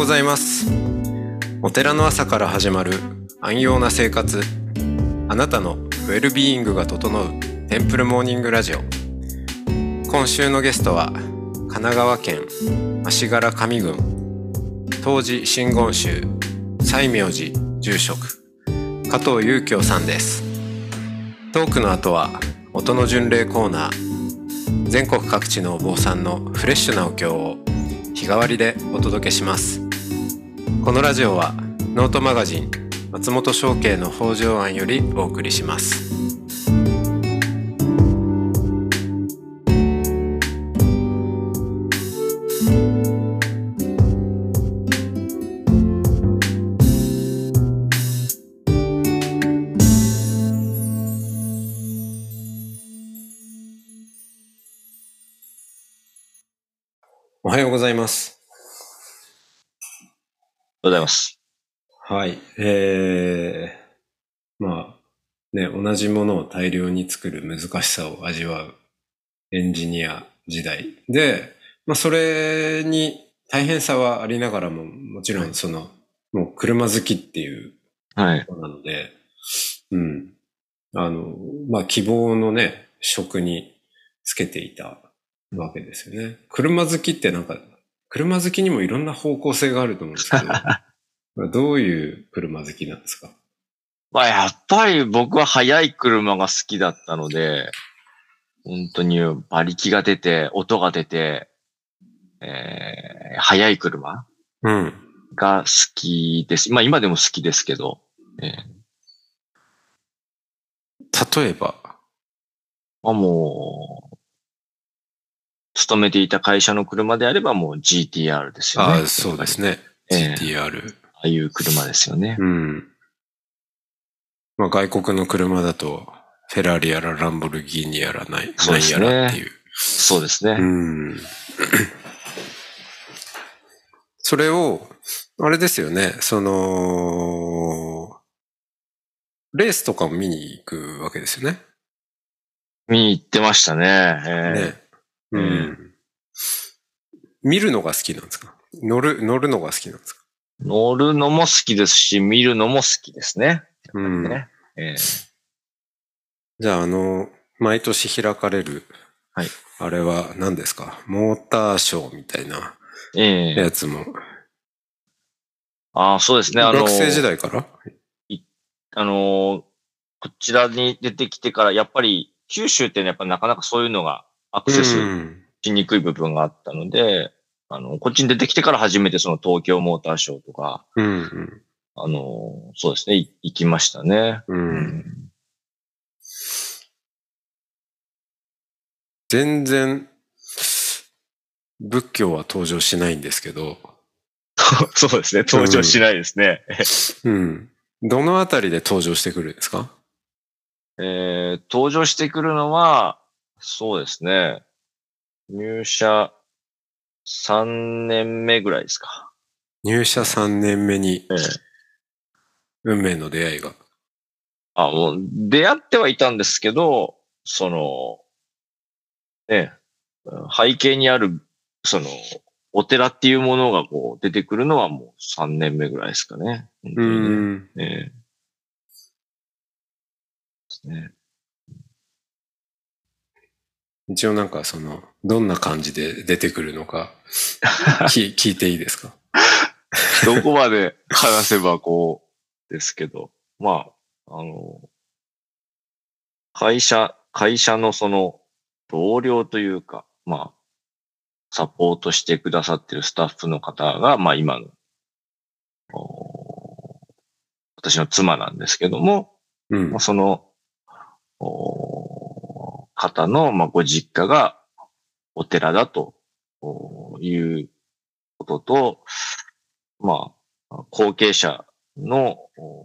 ございます。お寺の朝から始まる安養な生活、あなたのウェルビーイングが整うテンプルモーニングラジオ。今週のゲストは神奈川県足柄上郡東寺真言宗西明寺住職加藤雄京さんです。トークの後は音の巡礼コーナー、全国各地のお坊さんのフレッシュなお経を日替わりでお届けします。このラジオはノートマガジン松本商家の北条庵よりお送りします。おはようございます。 おはようございます。 はい。まあね、同じものを大量に作る難しさを味わうエンジニア時代で、それに大変さはありながらも、もちろんもう車好きっていうことなので、希望のね、職につけていたわけですよね。車好きって車好きにもいろんな方向性があると思うんですけど、どういう車好きなんですか？ やっぱり僕は速い車が好きだったので、本当に馬力が出て、音が出て、速い車が好きです。今でも好きですけど。 例えばもう、勤めていた会社の車であればもう GTR ですよね。 そうですね。GTR。 ああいう車ですよね。 外国の車だと、フェラーリやらランボルギーニやらないやらっていう。 そうですね。 それを、あれですよね、レースとかも見に行くわけですよね。 見に行ってましたね。 見るのが好きなんですか？乗るのが好きなんですか？ 乗るのも好きですし、見るのも好きですね。 じゃあ、毎年開かれる、あれは何ですか？モーターショーみたいなやつも。 そうですね。 学生時代からこちらに出てきてから、やっぱり九州ってやっぱなかなかそういうのがアクセスしにくい部分があったので、こっちに出てきてから初めてその東京モーターショーとか、そうですね、行きましたね。 全然、仏教は登場しないんですけど。 そうですね、登場しないですね。 どのあたりで登場してくるんですか？ 登場してくるのは、そうですね、入社3年目ぐらいですか。 入社3年目に、運命の出会いが。 もう出会ってはいたんですけど、背景にある、お寺っていうものがこう出てくるのはもう3年目ぐらいですかね。 一応どんな感じで出てくるのか聞いていいですか？ どこまで話せばこうですけど、会社の同僚というか、サポートしてくださってるスタッフの方が、今の、私の妻なんですけども、その、方の、ご実家がお寺だということと、後継者の、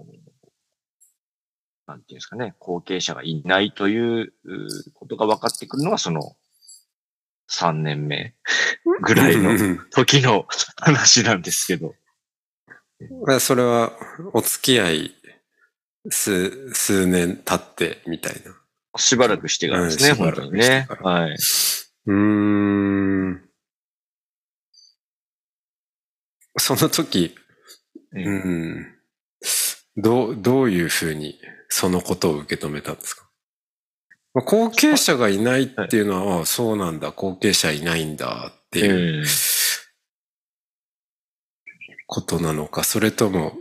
なんていうんですかね、後継者がいないということが分かってくるのが、その3年目ぐらいの時の話なんですけど。 それは、お付き合い、数年経ってみたいな。 しばらくしてからですね、本当にね。はい。 その時、どういうふうにそのことを受け止めたんですか？後継者がいないっていうのは、そうなんだ、後継者いないんだっていうことなのか、それとも、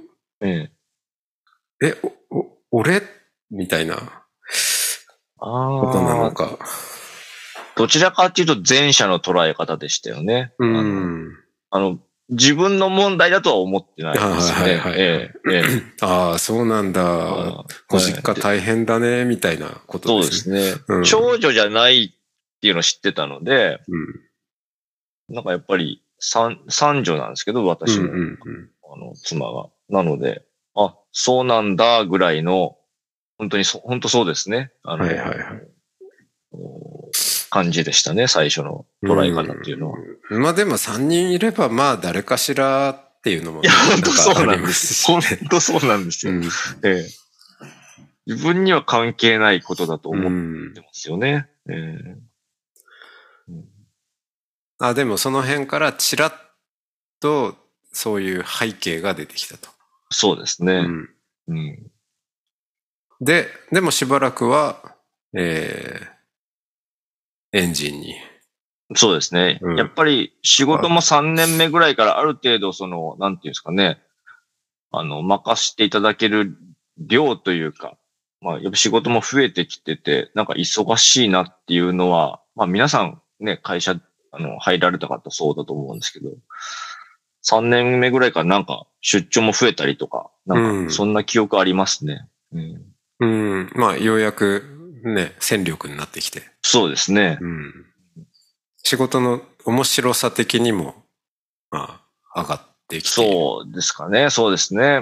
俺みたいなことなのか。 どちらかっていうと前者の捉え方でしたよね。自分の問題だとは思ってないですね。 ああ、そうなんだ。ご実家大変だね、みたいなことですね。 そうですね。長女じゃないっていうのを知ってたので、なんかやっぱり三女なんですけど、私の妻が。なので、あ、そうなんだぐらいの、本当そうですね。感じでしたね、最初の捉え方っていうのは。 まあでも3人いればまあ誰かしらっていうのも、 いや、本当そうなんです。本当そうなんですよ。自分には関係ないことだと思ってますよね。 でもその辺からちらっとそういう背景が出てきたと。 そうですね。 でもしばらくは、エンジンに。 そうですね。やっぱり仕事も3年目ぐらいからある程度なんていうんですかね、任していただける量というか、まあ、やっぱ仕事も増えてきてて、なんか忙しいなっていうのは、まあ皆さんね、会社、入られた方そうだと思うんですけど、3年目ぐらいからなんか出張も増えたりとか、なんかそんな記憶ありますね。 まあようやくね、戦力になってきて。 そうですね。 仕事の面白さ的にも、まあ、上がってきて。 そうですかね。そうですね。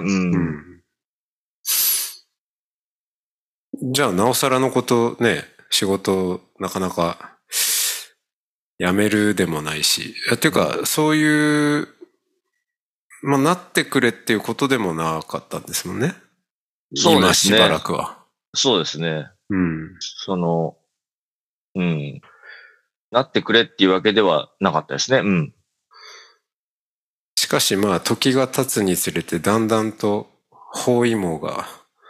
じゃあ、なおさらのことね、仕事なかなか辞めるでもないし、っていうか、そういう、まあ、なってくれっていうことでもなかったんですもんね。 そうですね。 今しばらくは。 そうですね。なってくれっていうわけではなかったですね。 しかしまあ、時が経つにつれて、だんだんと包囲網が、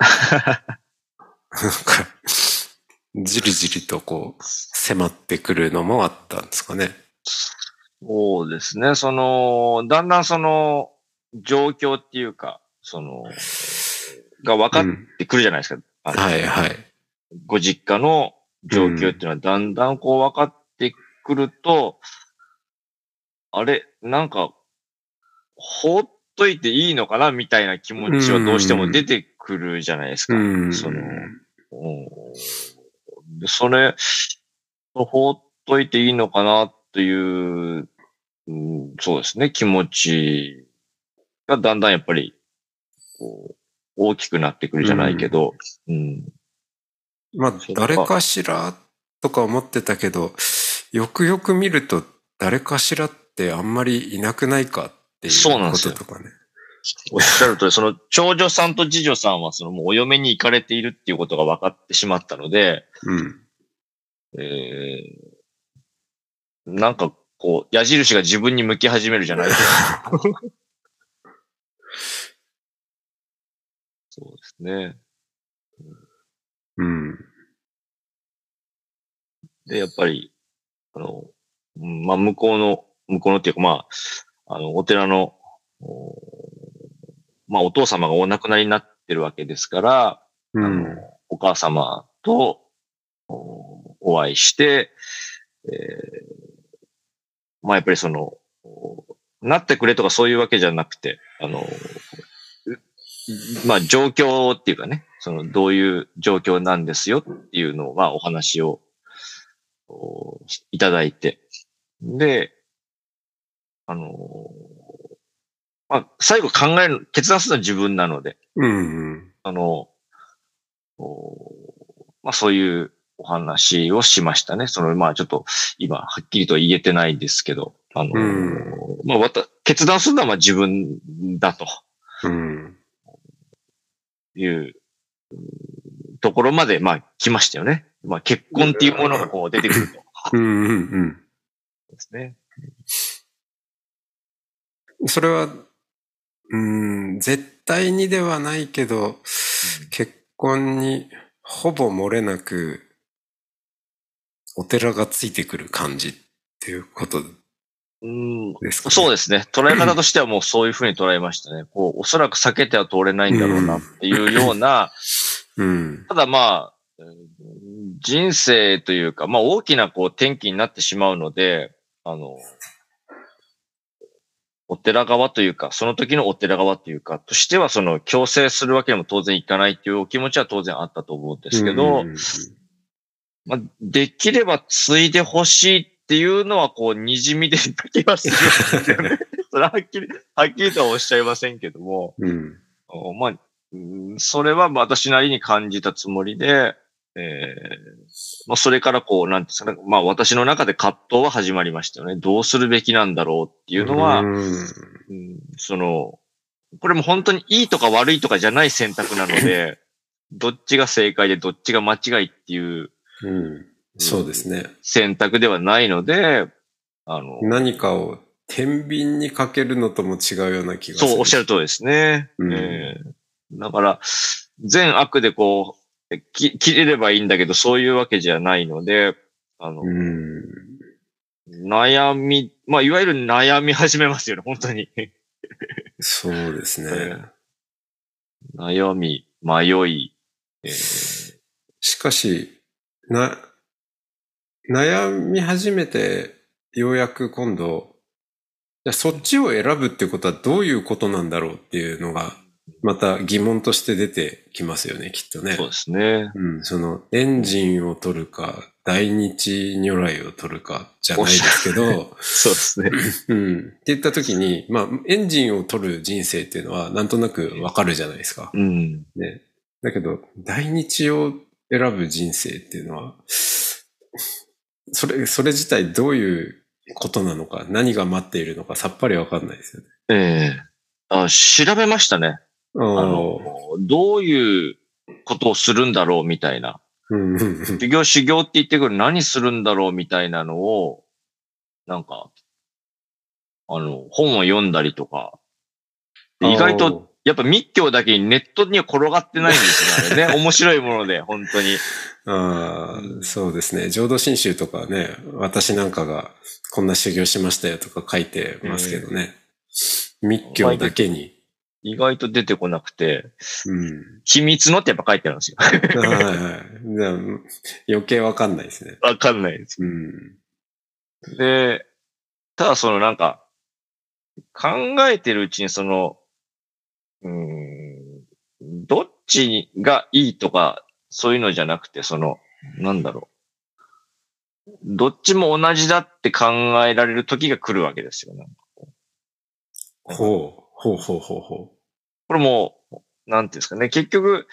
なんか、じりじりとこう、迫ってくるのもあったんですかね。 そうですね。だんだん状況っていうか、が分かってくるじゃないですか。 はいはい。 ご実家の状況っていうのはだんだんこう分かってくると、あれ、なんか、放っといていいのかなみたいな気持ちはどうしても出てくるじゃないですか。それ、放っといていいのかなという、そうですね、気持ちがだんだんやっぱり、こう、大きくなってくるじゃないけど、 まあ、誰かしらとか思ってたけど、よくよく見ると、誰かしらってあんまりいなくないかっていうこととかね。 おっしゃるとり、長女さんと次女さんはもうお嫁に行かれているっていうことが分かってしまったので、なんかこう、矢印が自分に向き始めるじゃないですか。そうですね。で、やっぱり、まあ、向こうのっていうか、まあ、お寺の、まあ、お父様がお亡くなりになってるわけですから、お母様とお会いして、まあ、やっぱりなってくれとかそういうわけじゃなくて、まあ、状況っていうかね、どういう状況なんですよっていうのを、まあ、お話をいただいて、で、まあ、最後決断するのは自分なので、まあ、そういうお話をしましたね。まあ、ちょっと、今、はっきりと言えてないですけど、まあ、決断するのはまあ自分だと。いうところまで、まあ、来ましたよね。まあ、結婚っていうものがこう出てくると。ですね。 それは絶対にではないけど、結婚にほぼ漏れなくお寺がついてくる感じっていうことですかね。 そうですね。捉え方としてはもうそういうふうに捉えましたね。こう、おそらく避けては通れないんだろうなっていうような、ただまあ、人生というか、まあ大きなこう転機になってしまうので、お寺側というか、その時のお寺側というか、としてはその強制するわけにも当然いかないっていうお気持ちは当然あったと思うんですけど、まあ、できれば継いでほしいっていうのはこう、滲み出た気がするんですよね。それははっきりとはおっしゃいませんけども、まあ、それは私なりに感じたつもりで、まあ、それからこう、なんですかね、まあ私の中で葛藤は始まりましたよね。どうするべきなんだろうっていうのは、これも本当にいいとか悪いとかじゃない選択なので、どっちが正解でどっちが間違いっていう、 そうですね。 選択ではないので、 何かを天秤にかけるのとも違うような気がする。 そう、おっしゃる通りですね。だから、善悪でこう、切れればいいんだけど、そういうわけじゃないので、悩み、まあ、いわゆる悩み始めますよね、本当に。 そうですね。 悩み、迷い、 しかし、悩み始めて、ようやく今度、じゃそっちを選ぶってことはどういうことなんだろうっていうのが、また疑問として出てきますよね、きっとね。 そうですね。 その、エンジンを取るか、大日如来を取るか、じゃないですけど、 そうですね。 って言った時に、まあ、エンジンを取る人生っていうのは、なんとなくわかるじゃないですか。ね。だけど、大日を選ぶ人生っていうのは、それ自体どういうことなのか、何が待っているのかさっぱりわかんないですよね。 調べましたね。どういうことをするんだろうみたいな。修行って言ってくる何するんだろうみたいなのを、なんか、本を読んだりとか。意外と、やっぱ密教だけにネットには転がってないんですよね。面白いもので、本当に。 そうですね。浄土真宗とかね、私なんかがこんな修行しましたよとか書いてますけどね。密教だけに。 意外と出てこなくて、秘密のってやっぱ書いてあるんですよ。 余計わかんないですね。 わかんないです。で、ただそのなんか、考えてるうちにその、どっちがいいとか、そういうのじゃなくて、その、なんだろう。どっちも同じだって考えられる時が来るわけですよね。 ほう。 これも、なんていうんですかね。結局、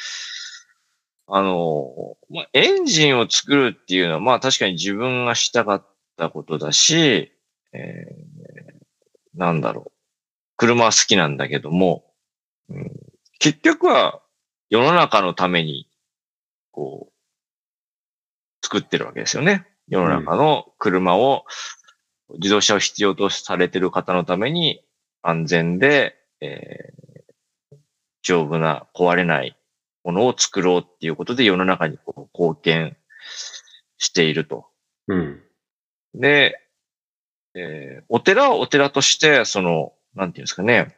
エンジンを作るっていうのは、まあ確かに自分がしたかったことだし、なんだろう。車は好きなんだけども、結局は世の中のために、こう、作ってるわけですよね。世の中の車を、自動車を必要とされている方のために安全で、丈夫な壊れないものを作ろうっていうことで世の中にこう貢献していると。で、お寺はお寺として、その、なんていうんですかね、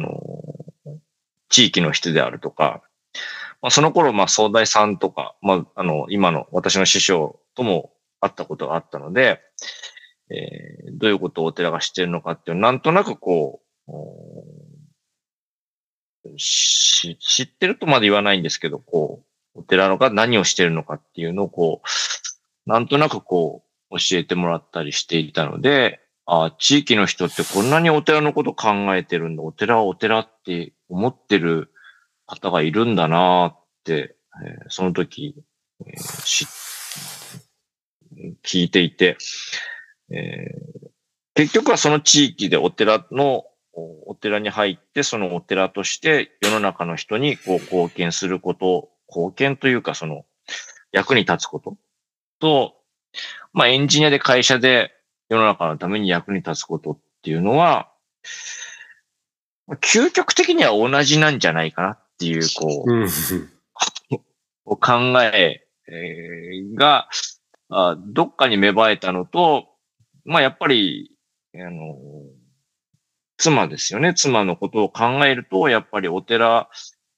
地域の人であるとか、まあ、その頃、まあ、総大さんとか、まあ、今の私の師匠とも会ったことがあったので、どういうことをお寺がしているのかっていう、なんとなくこう、知ってるとまで言わないんですけど、こう、お寺が何をしているのかっていうのをこう、なんとなくこう、教えてもらったりしていたので、地域の人ってこんなにお寺のこと考えてるんだ、お寺はお寺って思ってる方がいるんだなって、その時、聞いていて、結局はその地域でお寺に入って、そのお寺として世の中の人にこう貢献すること、貢献というかその役に立つことと、まあエンジニアで会社で世の中のために役に立つことっていうのは、 究極的には同じなんじゃないかなっていう、考えが、どっかに芽生えたのと、やっぱり、妻ですよね。妻のことを考えると、やっぱりお寺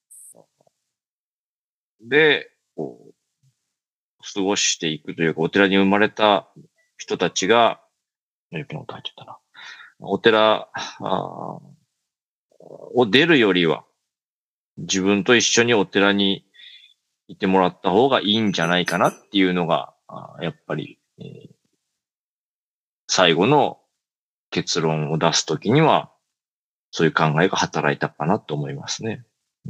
で、過ごしていくというか、お寺に生まれた人たちが、雪の音入っちゃったな。お寺を出るよりは、自分と一緒にお寺にいてもらった方がいいんじゃないかなっていうのが、やっぱり、最後の結論を出すときには、そういう考えが働いたかなと思いますね。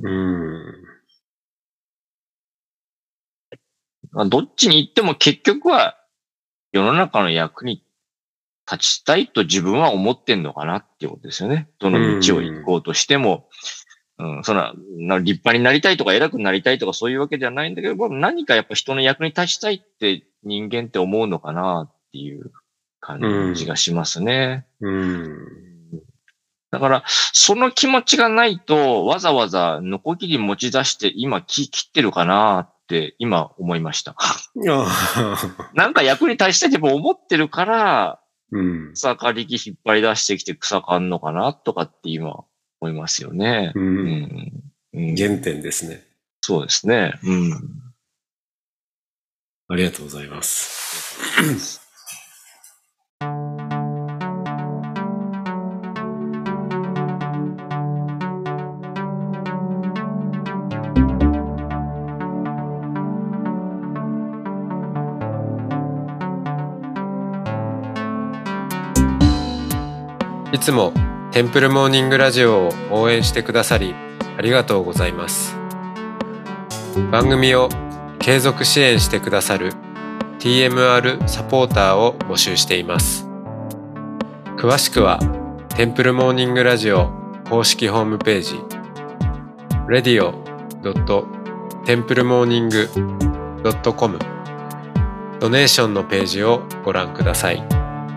どっちに行っても結局は世の中の役に立ちたいと自分は思ってんのかなっていうことですよね。どの道を行こうとしても、立派になりたいとか偉くなりたいとかそういうわけじゃないんだけど、何かやっぱ人の役に立ちたいって人間って思うのかなっていう感じがしますね。だから、その気持ちがないと、わざわざノコギリ持ち出して今木切ってるかなって今思いました。なんか役に立ちたいって思ってるから、草刈り機引っ張り出してきて草刈んのかなとかって今思いますよね。 原点ですね。 そうですね。 ありがとうございます。いつもテンプルモーニングラジオを応援してくださりありがとうございます。番組を継続支援してくださる TMR サポーターを募集しています。詳しくはテンプルモーニングラジオ公式ホームページ radio.templemorning.com ドネーションのページをご覧ください。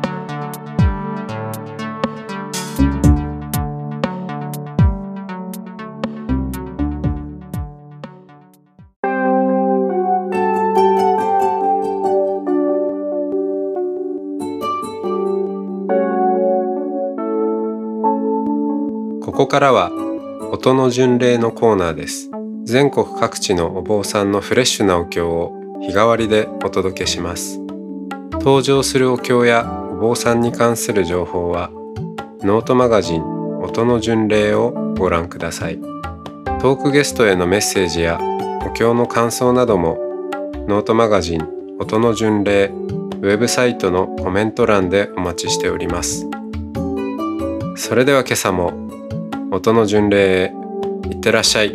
ここからは音の巡礼のコーナーです。全国各地のお坊さんのフレッシュなお経を日替わりでお届けします。登場するお経やお坊さんに関する情報はノートマガジン音の巡礼をご覧ください。トークゲストへのメッセージやお経の感想などもノートマガジン音の巡礼ウェブサイトのコメント欄でお待ちしております。それでは今朝も音の巡礼へいってらっしゃい。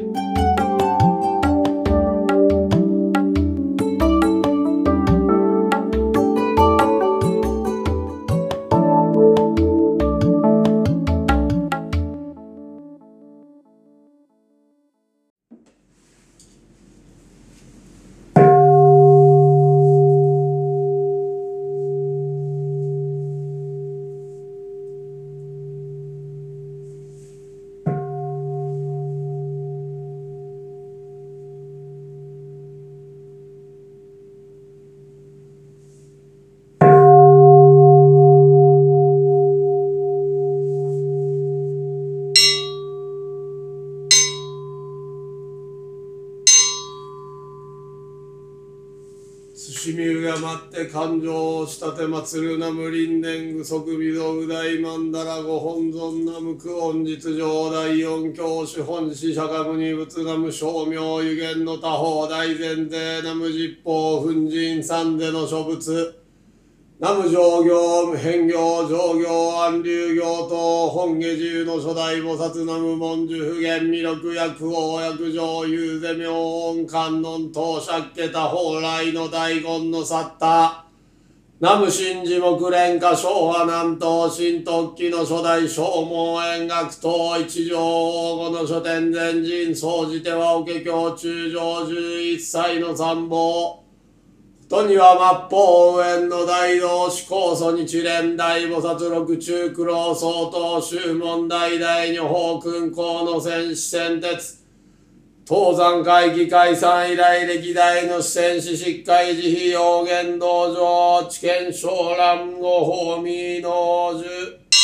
しみうがまって感情をしたてまつるな無輪年具足微動具大曼荼羅ご本尊な無垢恩実上第四教主本師釈迦無二仏な無称名有限の他方大前提な無実法粉塵三世の諸仏ナム上行無変行上行安流行等本下自の初代菩薩ナム文殊普賢弥勒薬王薬上遊世明音観音等釈家他宝来の大言のサッタナム真珠木蓮華昭和南東新特記の初代正門円学等一条王語の書店前人総じてはお化経中上11歳の参謀とには末法無縁の大道志高祖日蓮大菩薩六中九郎曹洞宗門大大女法君公の戦士戦鉄東山会議解散以来歴代の戦士執会慈悲用言道場知見昇蘭語法味能樹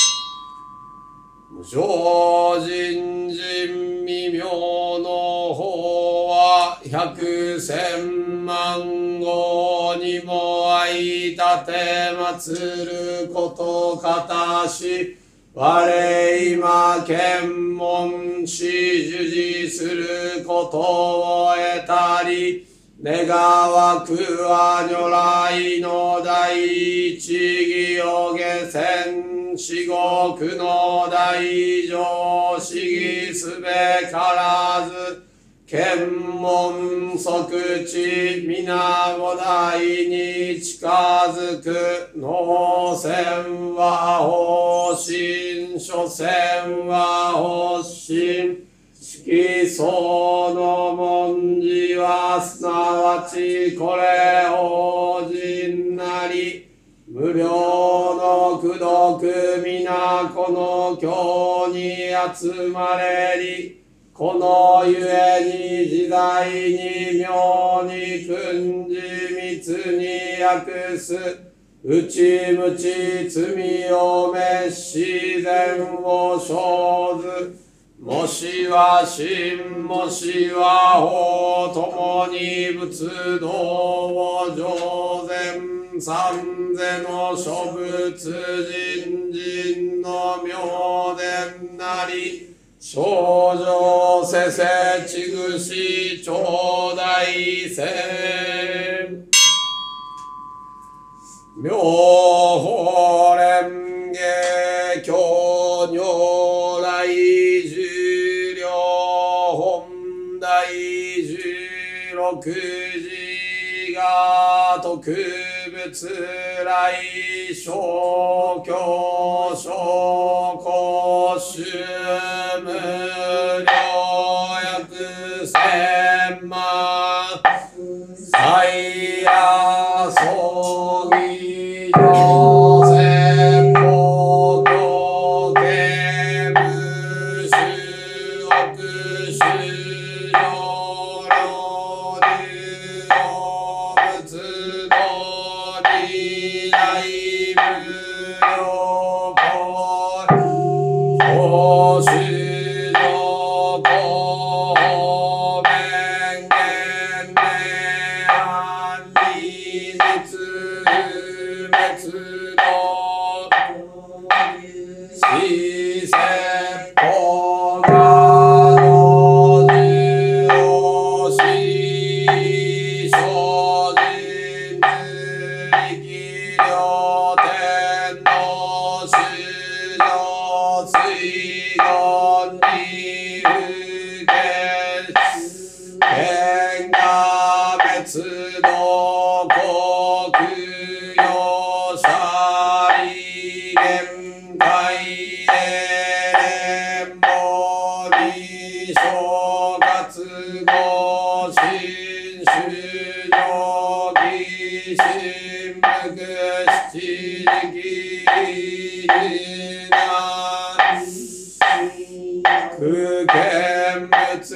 無常人人未明の法は百千万号にも相立て祀ることかたし我今検問し従事することを得たり願わくは如来の第一義を下船至極の大乗思議すべからず検問即地皆五大に近づく能戦は方針所詮は方針色相の文字はすなわちこれ法人なり無料の功徳皆この経に集まれりこのゆえに自在に妙に訓示密に訳す内無知罪を滅し善を生ずもしは真もしは法ともに仏道を上善三世の諸仏人人の妙伝なり少女せせちぐし頂戴せ妙法蓮華経如来十両本大十六字が特別来小教小公衆無料約千万最夜葬儀上千公共刑部主奥主上領流動仏道理大無料公主上公弁言明安理実滅道死説法がの十をし精進力量天の主上水言に不見天が滅道国用者利限界へ連邦に正月後新種上義神無七時な不見仏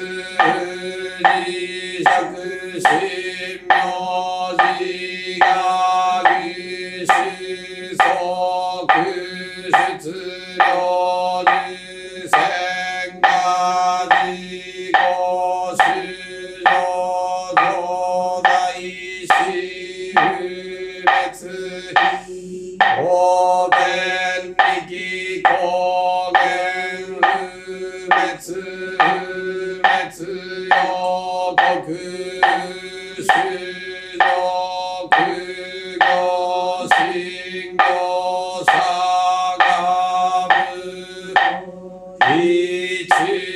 自釈神明寺が義主即出領十千が自己主上上大師不滅法弁力公言不滅不滅予告主上苦行信行者が無一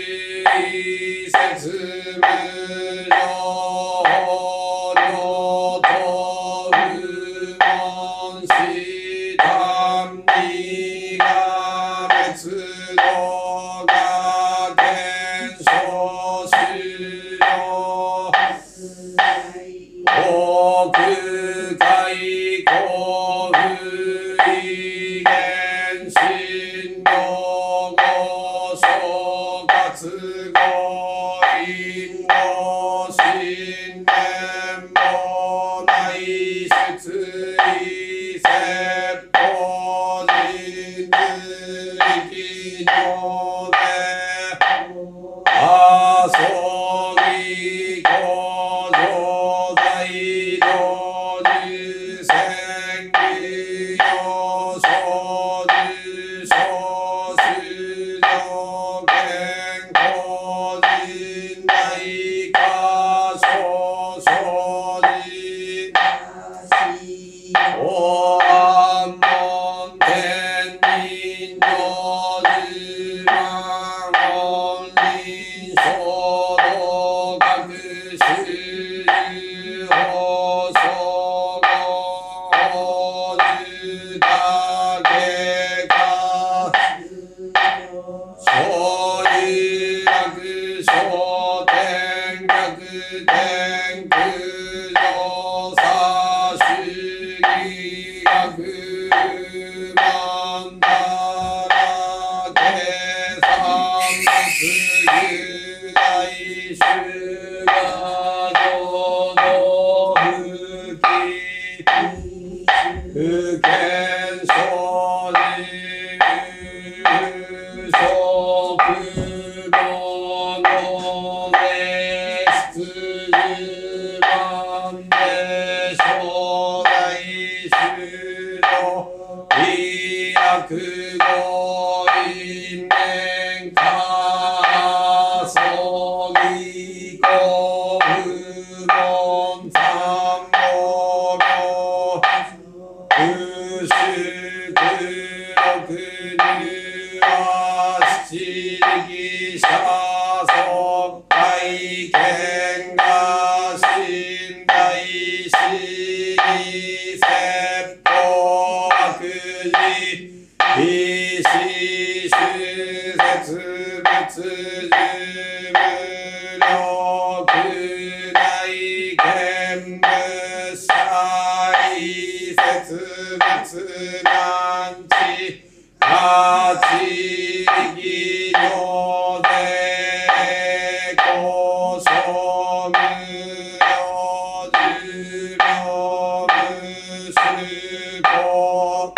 説無常法領と不問し単理が滅道が検証終了多く年も内出意説法人力上で遊び工場在道受選技用所受所主条件個人内科所所人公安門天人上十万本人衝動各種法所合十だけか所有学所天逆天空上差主義学曼荼羅計算物有大衆が浄土不起不見所理無所不能の名質十万で将来終了医薬語因縁化葬儀公不問三宝病空宿六入は七力者即会見が信大師に説法悪事非死手説物十無力内見物祭説物難知八力上で交渉無料十秒無数法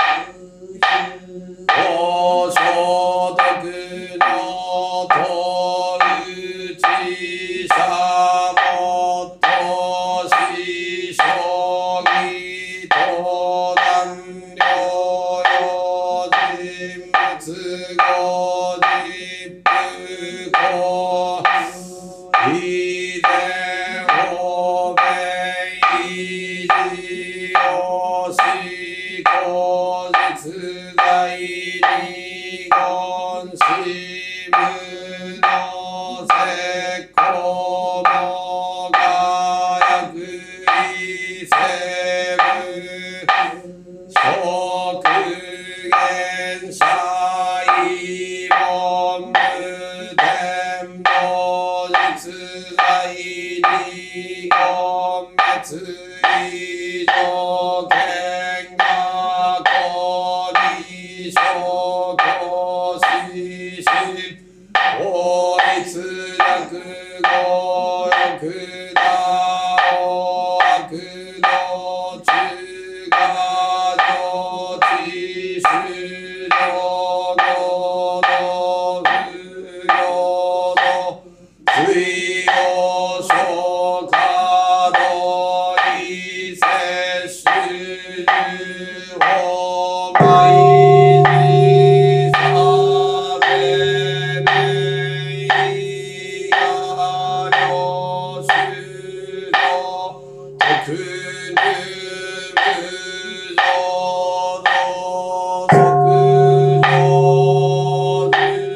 高所得のとうち者もとし将棋と難領用人物語実不公以前方便維持をし口実在に言し無の説公もが薬理成分食言者異問無天道実在に言滅以上見が公理証拠指針法律略語欲だを悪の中華上知主上語の不行の水曜小華道理摂取法毎日されめいが領主の特ぬ無常の即上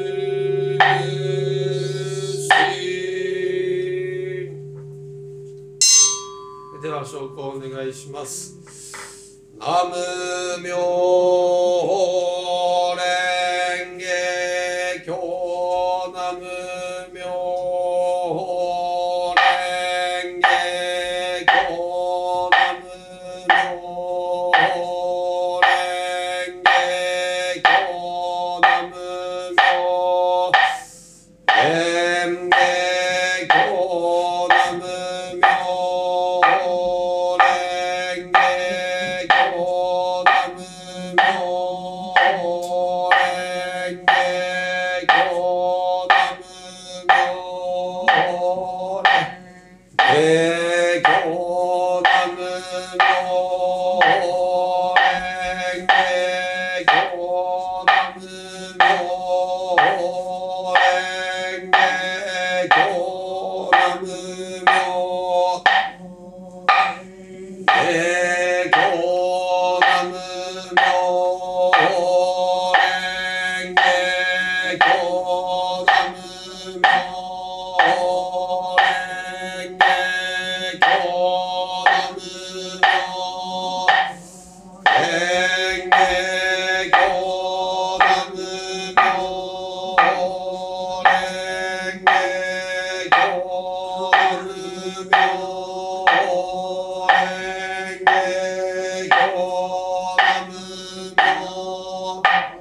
十死では証拠をお願いします。南無妙法蓮華経南無妙法蓮華経南無妙法蓮華経南無妙蓮華経南無妙京南無妙蓮華経南無妙蓮華経南無妙蓮華南無妙蓮華経南無妙蓮華経南無妙蓮華経南無妙蓮華経南無妙蓮華経南無妙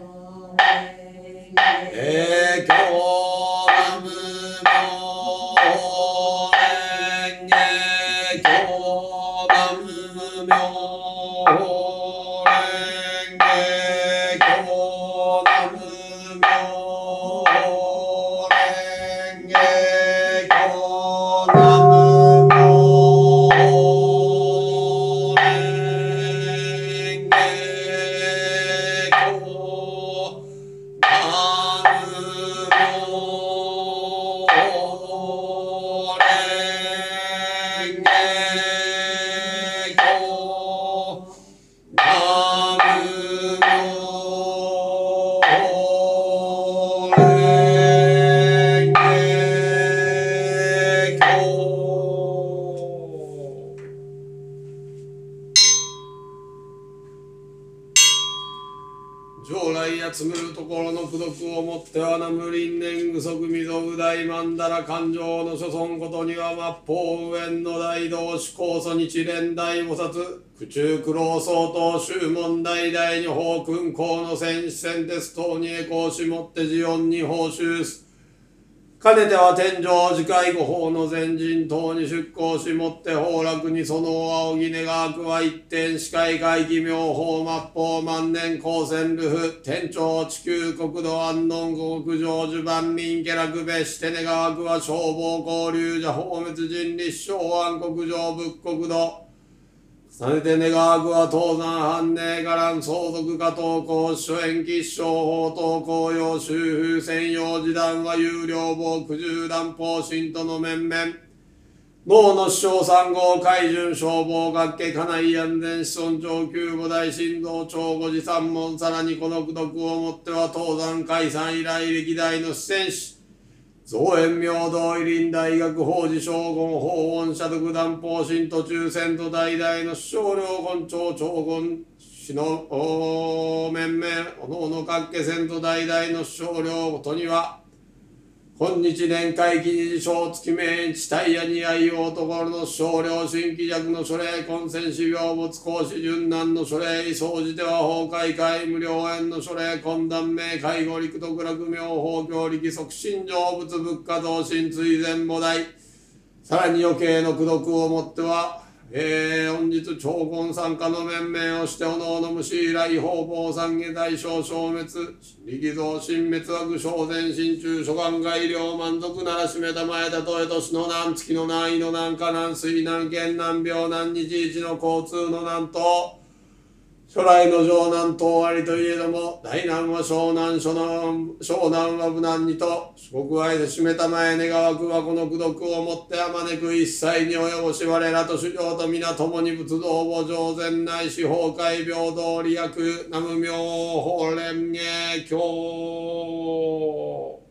えきょうなむみょうれんげきょうなむみょうれんげきょうなむみょうれんげきょうなむみょうれんげきょう将来やつむるところの功徳をもってはな無輪年具足未曾大曼荼羅勘定の諸尊ことには末法無縁の大道志高祖日蓮大菩薩苦中苦労相当宗門大大如法君公の戦士戦鉄等に栄光しもって寺音に報酬すかねては天上次回御法の前人等に出向しもって崩落にその仰ぎ願わくは一点司会会議妙法末法万年光線ルフ天長地球国土安穏五国成就万民下落別して願わくは消防交流者放滅人立正安国上仏国土されて願わくは東山藩寧伽藍相続家東公諸縁吉祥法東公用周風専用時段は有料防苦渋断法信徒の面々脳の師匠三号海巡消防学家家内安全子孫長久五大神道長五寺三門さらにこの功徳をもっては東山海山以来歴代の四川師造園明道医林大学法事将軍法恩社徳断法神途中先祖代々の少量言長長言死の面々おのおの各家先祖代々の少量ごとには今日年会期二次小月命日大夜に愛用ところの少量新規弱の書類混戦死病没講師順難の書類総じては法会会無料園の書類懇談名介護陸徳楽妙法教力促進成仏物価増進追善母大さらに余計の功徳をもっては本日長言参加の面々をしておのおの無視以来方々三下大小消滅力増神滅悪小前心中諸願外量満足ならしめた前だとえ年の難月の難易の難火難水難剣難病難日一の交通の難と初来の上難等ありといえども大難は小難小難は無難にと四国愛で締めたまえ願わくはこの功徳をもってあまねく一切に及ぼし我らと主上と皆共に仏道母上善内四法界平等利益南無妙法蓮華経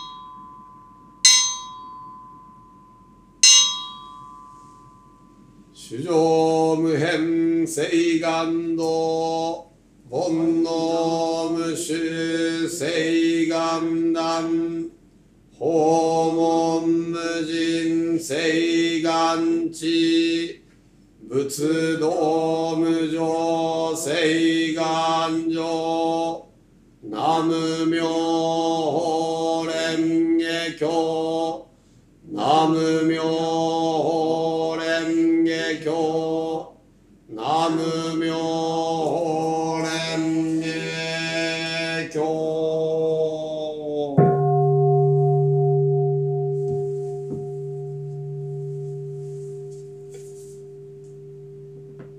主上無変誓願道煩悩無臭誓願断訪問無尽誓願地仏道無常誓願上南無妙法蓮華経南無妙法蓮華経南無妙法蓮華経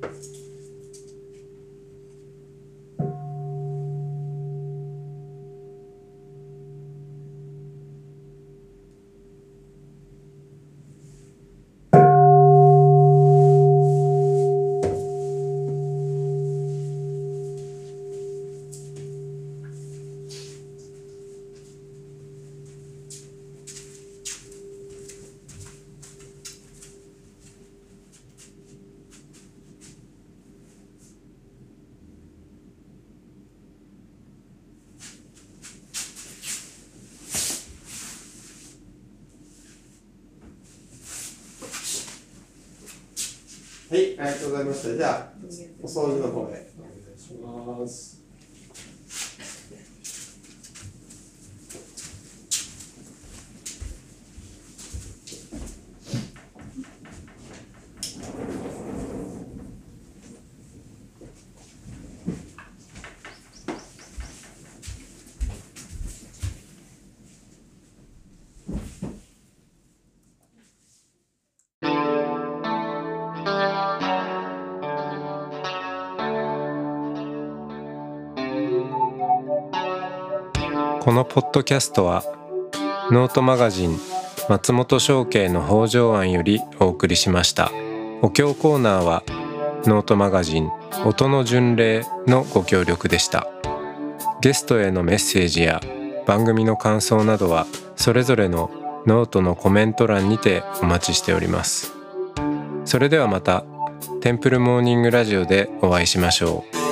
はい、ありがとうございました。じゃあ、お掃除の方でお願いします。 このポッドキャストはノートマガジン松本商家の北条庵よりお送りしました。お経コーナーはノートマガジン音の巡礼のご協力でした。ゲストへのメッセージや番組の感想などはそれぞれのノートのコメント欄にてお待ちしております。それではまたテンプルモーニングラジオでお会いしましょう。